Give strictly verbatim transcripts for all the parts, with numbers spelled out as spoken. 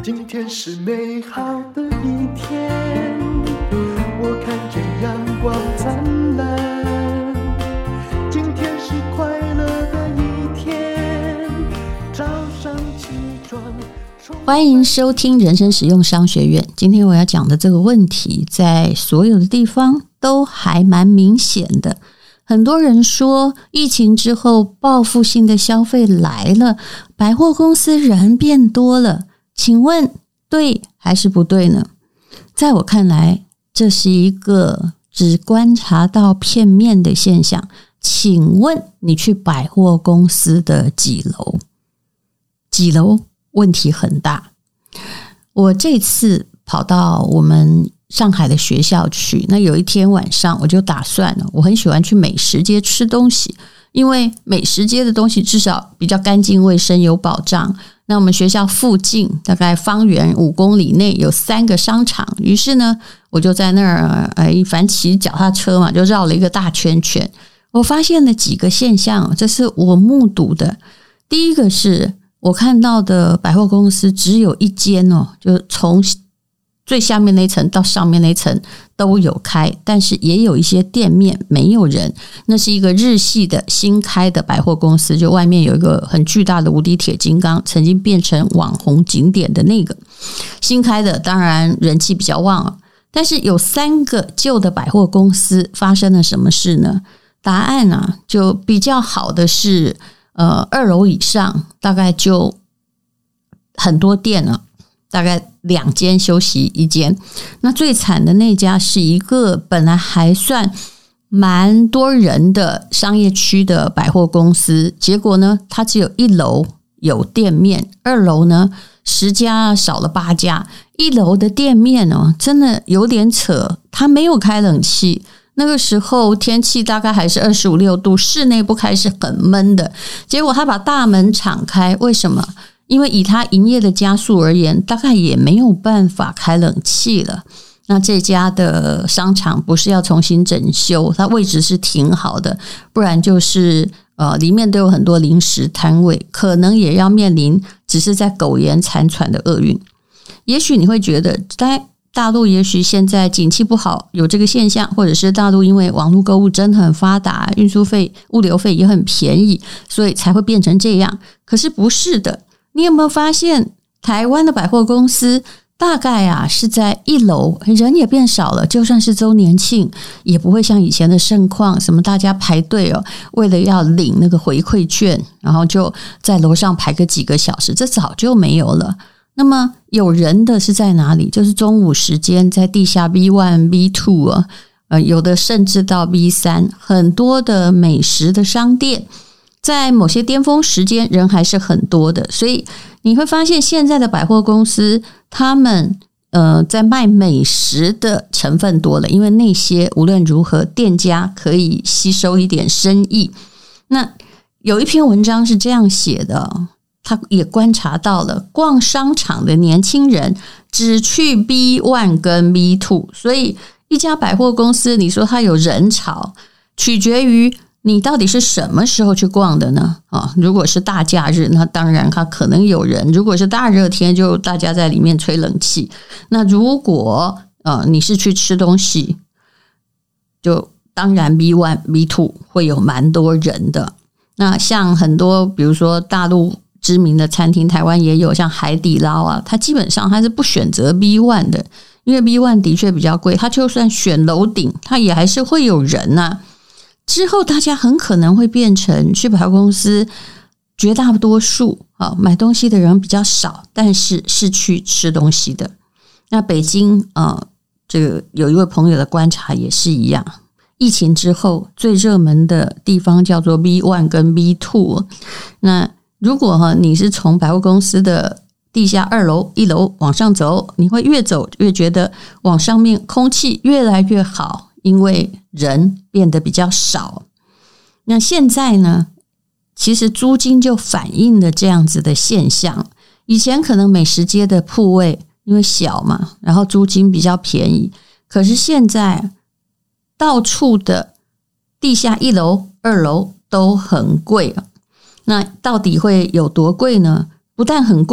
今天是美好的一天，我看见阳光灿烂。今天是快乐的一天，早上起床。 欢迎收听人生实用商学院。今天我要讲的这个问题，在所有的地方都还蛮明显的。很多人说疫情之后报复性的消费来了，百货公司人变多了，请问对还是不对呢？在我看来，这是一个只观察到片面的现象。请问你去百货公司的几楼？几楼问题很大。我这次跑到我们上海的学校去，那有一天晚上我就打算了，我很喜欢去美食街吃东西，因为美食街的东西至少比较干净卫生有保障。那我们学校附近大概方圆五公里内有三个商场，于是呢我就在那儿呃，反正骑脚踏车嘛，就绕了一个大圈圈。我发现了几个现象，这是我目睹的。第一个是我看到的百货公司只有一间哦，就从最下面那一层到上面那一层都有开，但是也有一些店面没有人。那是一个日系的新开的百货公司，就外面有一个很巨大的无敌铁金刚，曾经变成网红景点的那个新开的，当然人气比较旺。但是有三个旧的百货公司发生了什么事呢？答案啊，就比较好的是呃，二楼以上大概就很多店了，大概两间休息一间。那最惨的那家是一个本来还算蛮多人的商业区的百货公司，结果呢它只有一楼有店面，二楼呢十家少了八家，一楼的店面哦真的有点扯，它没有开冷气。那个时候天气大概还是二十五六度，室内不开是很闷的。结果他把大门敞开，为什么？因为以他营业的加速而言，大概也没有办法开冷气了。那这家的商场不是要重新整修，它位置是挺好的，不然就是呃里面都有很多零食摊位，可能也要面临只是在苟延残喘的厄运。也许你会觉得在大陆也许现在景气不好有这个现象，或者是大陆因为网络购物真的很发达，运输费物流费也很便宜，所以才会变成这样。可是不是的，你有没有发现台湾的百货公司大概啊是在一楼，人也变少了，就算是周年庆也不会像以前的盛况，什么大家排队哦，为了要领那个回馈券，然后就在楼上排个几个小时，这早就没有了。那么有人的是在哪里？就是中午时间在地下 B 一 B 二 啊，呃，有的甚至到 B 三，很多的美食的商店在某些巅峰时间人还是很多的，所以你会发现现在的百货公司他们呃在卖美食的成分多了，因为那些无论如何店家可以吸收一点生意。那有一篇文章是这样写的，他也观察到了逛商场的年轻人只去 B 一 跟 B 二， 所以一家百货公司你说它有人潮，取决于你到底是什么时候去逛的呢？啊，如果是大假日，那当然它可能有人；如果是大热天，就大家在里面吹冷气。那如果呃你是去吃东西，就当然 B 一 B 二 会有蛮多人的。那像很多比如说大陆知名的餐厅，台湾也有，像海底捞啊，它基本上它是不选择 B 一 的，因为 B 一 的确比较贵，它就算选楼顶，它也还是会有人啊。之后大家很可能会变成去百货公司，绝大多数啊买东西的人比较少，但是是去吃东西的。那北京啊，这个有一位朋友的观察也是一样，疫情之后最热门的地方叫做 B 一 跟 B 二。那如果哈你是从百货公司的地下二楼一楼往上走，你会越走越觉得往上面空气越来越好，因为人变得比较少。那现在呢，其实租金就反映了这样子的现象。以前可能美食街的铺位因为小嘛，然后租金比较便宜，可是现在到处的地下一楼二楼都很贵。那到底会有多贵呢？不但很贵，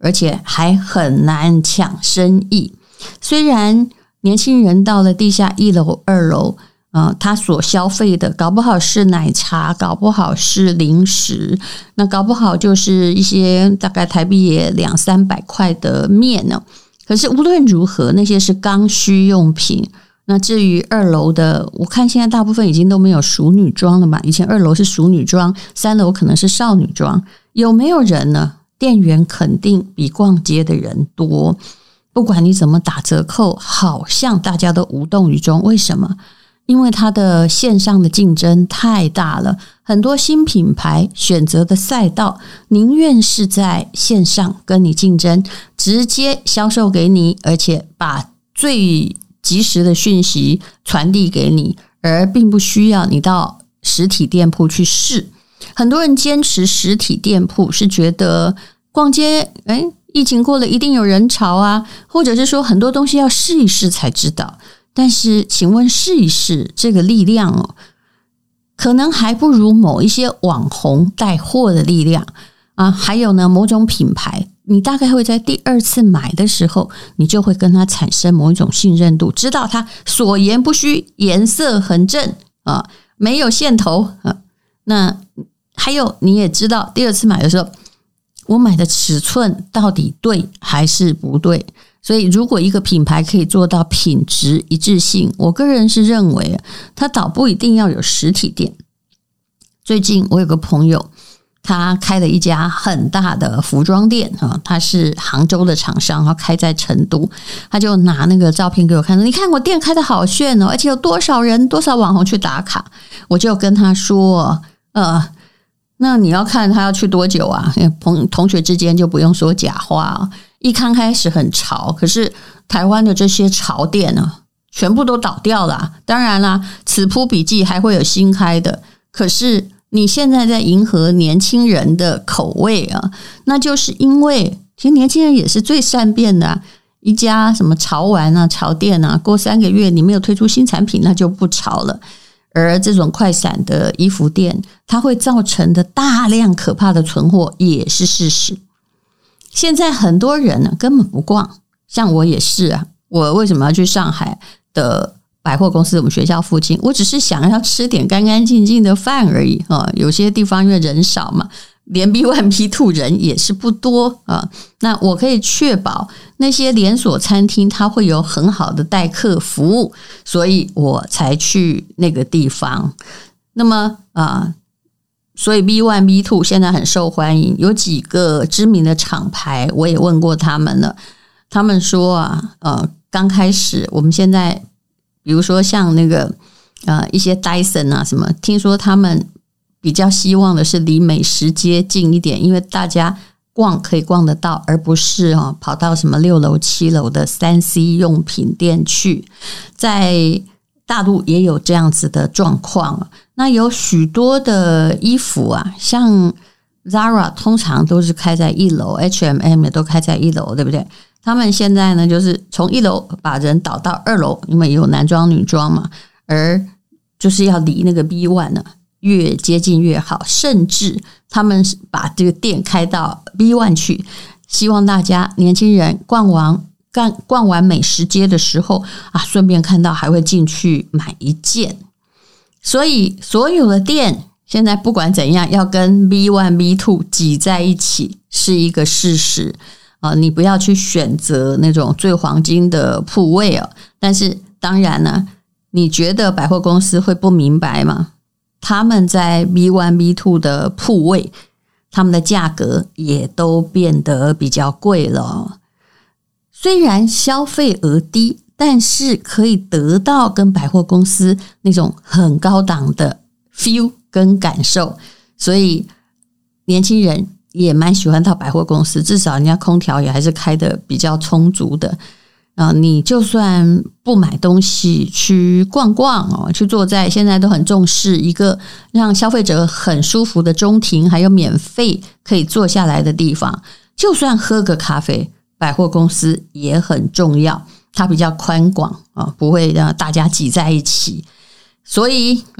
而且还很难抢生意。虽然年轻人到了地下一楼、二楼，呃，他所消费的搞不好是奶茶，搞不好是零食，那搞不好就是一些大概台币也两三百块的面呢。可是无论如何，那些是刚需用品。那至于二楼的，我看现在大部分已经都没有淑女装了嘛。以前二楼是淑女装，三楼可能是少女装。有没有人呢？店员肯定比逛街的人多。不管你怎么打折扣，好像大家都无动于衷。为什么？因为它的线上的竞争太大了，很多新品牌选择的赛道宁愿是在线上跟你竞争，直接销售给你，而且把最及时的讯息传递给你，而并不需要你到实体店铺去试。很多人坚持实体店铺是觉得逛街，诶，疫情过了一定有人潮啊，或者是说很多东西要试一试才知道。但是请问试一试这个力量哦，可能还不如某一些网红带货的力量啊。还有呢，某种品牌你大概会在第二次买的时候，你就会跟它产生某一种信任度，知道它所言不虚，颜色很正啊，没有线头啊。那还有你也知道第二次买的时候，我买的尺寸到底对还是不对。所以如果一个品牌可以做到品质一致性，我个人是认为它倒不一定要有实体店。最近我有个朋友，他开了一家很大的服装店，他是杭州的厂商，他开在成都，他就拿那个照片给我看，你看我店开得好炫哦，而且有多少人多少网红去打卡。我就跟他说呃，那你要看他要去多久啊？同同学之间就不用说假话啊。一刚开始很潮，可是台湾的这些潮店呢，全部都倒掉了。当然啦，此铺彼继还会有新开的。可是你现在在迎合年轻人的口味啊，那就是因为其实年轻人也是最善变的啊。一家什么潮玩啊、潮店啊，过三个月你没有推出新产品，那就不潮了。而这种快闪的衣服店，它会造成的大量可怕的存货也是事实。现在很多人呢根本不逛，像我也是啊。我为什么要去上海的百货公司？我们学校附近，我只是想要吃点干干净净的饭而已啊。有些地方因为人少嘛，连 B 一 B 二 人也是不多啊。那我可以确保那些连锁餐厅它会有很好的待客服务，所以我才去那个地方。那么啊。所以 B 一 B 二 现在很受欢迎，有几个知名的厂牌我也问过他们了，他们说啊，呃，刚开始我们现在比如说像那个呃一些 Dyson 啊什么，听说他们比较希望的是离美食街近一点，因为大家逛可以逛得到，而不是啊跑到什么六楼七楼的 三 C 用品店去。在大陆也有这样子的状况。那有许多的衣服啊，像 Zara 通常都是开在一楼， H and M 也都开在一楼，对不对？他们现在呢就是从一楼把人导到二楼，因为有男装女装嘛，而就是要离那个 B 一 呢越接近越好，甚至他们把这个店开到 B 一 去，希望大家年轻人逛完逛逛完美食街的时候啊，顺便看到还会进去买一件。所以所有的店现在不管怎样要跟 B 一 B 二 挤在一起是一个事实啊，你不要去选择那种最黄金的铺位哦。但是当然呢，你觉得百货公司会不明白吗？他们在 B 一 B 二 的铺位，他们的价格也都变得比较贵了。虽然消费额低，但是可以得到跟百货公司那种很高档的 feel 跟感受，所以年轻人也蛮喜欢到百货公司，至少人家空调也还是开的比较充足的。啊，你就算不买东西，去逛逛哦，去坐在现在都很重视一个让消费者很舒服的中庭，还有免费可以坐下来的地方，就算喝个咖啡，百货公司也很重要，它比较宽广啊，不会让大家挤在一起。所以啊，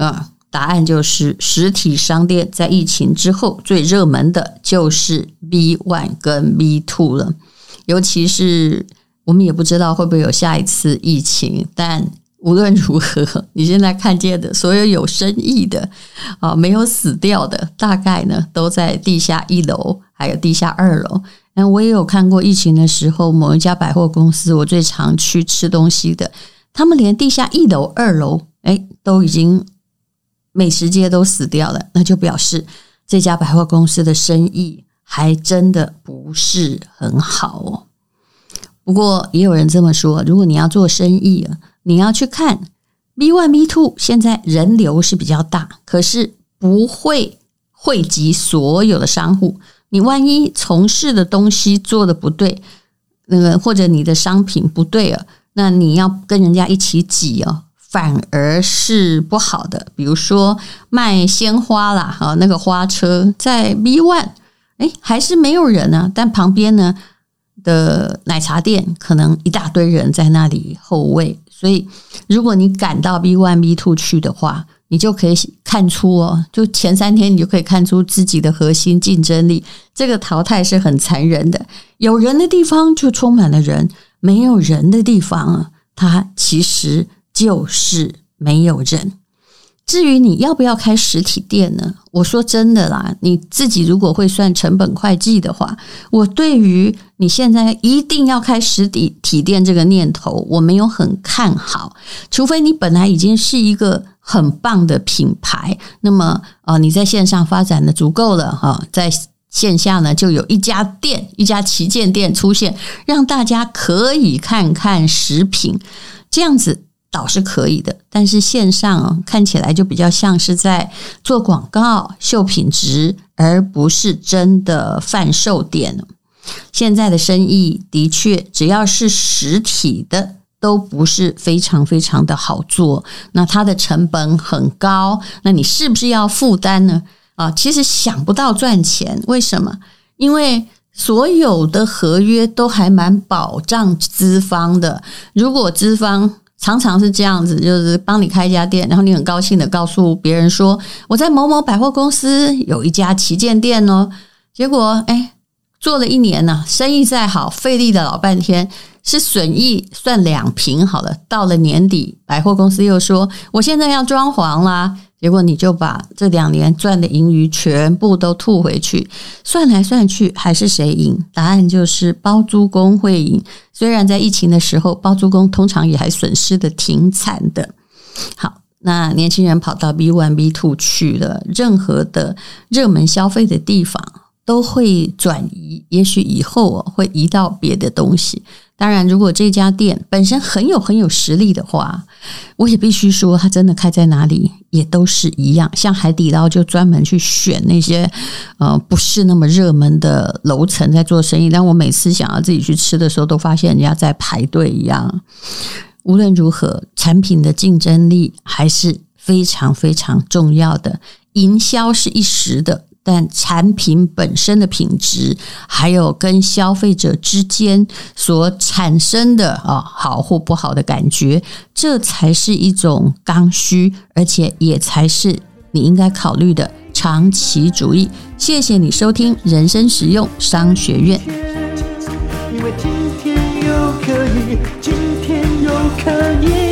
答案就是实体商店在疫情之后最热门的就是 B 一 跟 B 二 了。尤其是我们也不知道会不会有下一次疫情，但无论如何，你现在看见的所有有生意的啊，没有死掉的，大概呢都在地下一楼还有地下二楼。那我也有看过疫情的时候，某一家百货公司，我最常去吃东西的，他们连地下一楼二楼哎都已经美食街都死掉了，那就表示这家百货公司的生意还真的不是很好哦。不过也有人这么说，如果你要做生意啊，你要去看 B 一 B 二 现在人流是比较大，可是不会汇集所有的商户。你万一从事的东西做的不对，那个或者你的商品不对啊，那你要跟人家一起挤哦，反而是不好的。比如说卖鲜花啦，哈，那个花车在 B 一，哎，还是没有人啊，但旁边呢的奶茶店可能一大堆人在那里候位。所以如果你赶到 B 一 B 二 去的话，你就可以看出哦，就前三天你就可以看出自己的核心竞争力。这个淘汰是很残忍的，有人的地方就充满了人，没有人的地方啊，它其实就是没有人。至于你要不要开实体店呢？我说真的啦，你自己如果会算成本会计的话，我对于你现在一定要开实体体店这个念头，我没有很看好。除非你本来已经是一个很棒的品牌，那么呃你在线上发展的足够了哈，在线下呢就有一家店，一家旗舰店出现，让大家可以看看食品，这样子倒是可以的。但是线上、哦、看起来就比较像是在做广告秀品质，而不是真的贩售店。现在的生意的确只要是实体的都不是非常非常的好做，那它的成本很高，那你是不是要负担呢？啊，其实想不到赚钱，为什么？因为所有的合约都还蛮保障资方的。如果资方常常是这样子，就是帮你开一家店，然后你很高兴的告诉别人说，我在某某百货公司有一家旗舰店哦，结果哎，做了一年呢、啊，生意再好，费力的老半天，是损益算两平好了。到了年底，百货公司又说我现在要装潢啦，结果你就把这两年赚的盈余全部都吐回去，算来算去还是谁赢？答案就是包租公会赢。虽然在疫情的时候，包租公通常也还损失的挺惨的。好，那年轻人跑到 B 一 B 二 去了，任何的热门消费的地方都会转移，也许以后、哦、会移到别的东西。当然如果这家店本身很有很有实力的话，我也必须说它真的开在哪里也都是一样。像海底捞就专门去选那些呃不是那么热门的楼层在做生意，但我每次想要自己去吃的时候都发现人家在排队一样。无论如何，产品的竞争力还是非常非常重要的。营销是一时的，但产品本身的品质，还有跟消费者之间所产生的、哦、好或不好的感觉，这才是一种刚需，而且也才是你应该考虑的长期主义。谢谢你收听人生实用商学院。 因为今天又可以，今天又可以。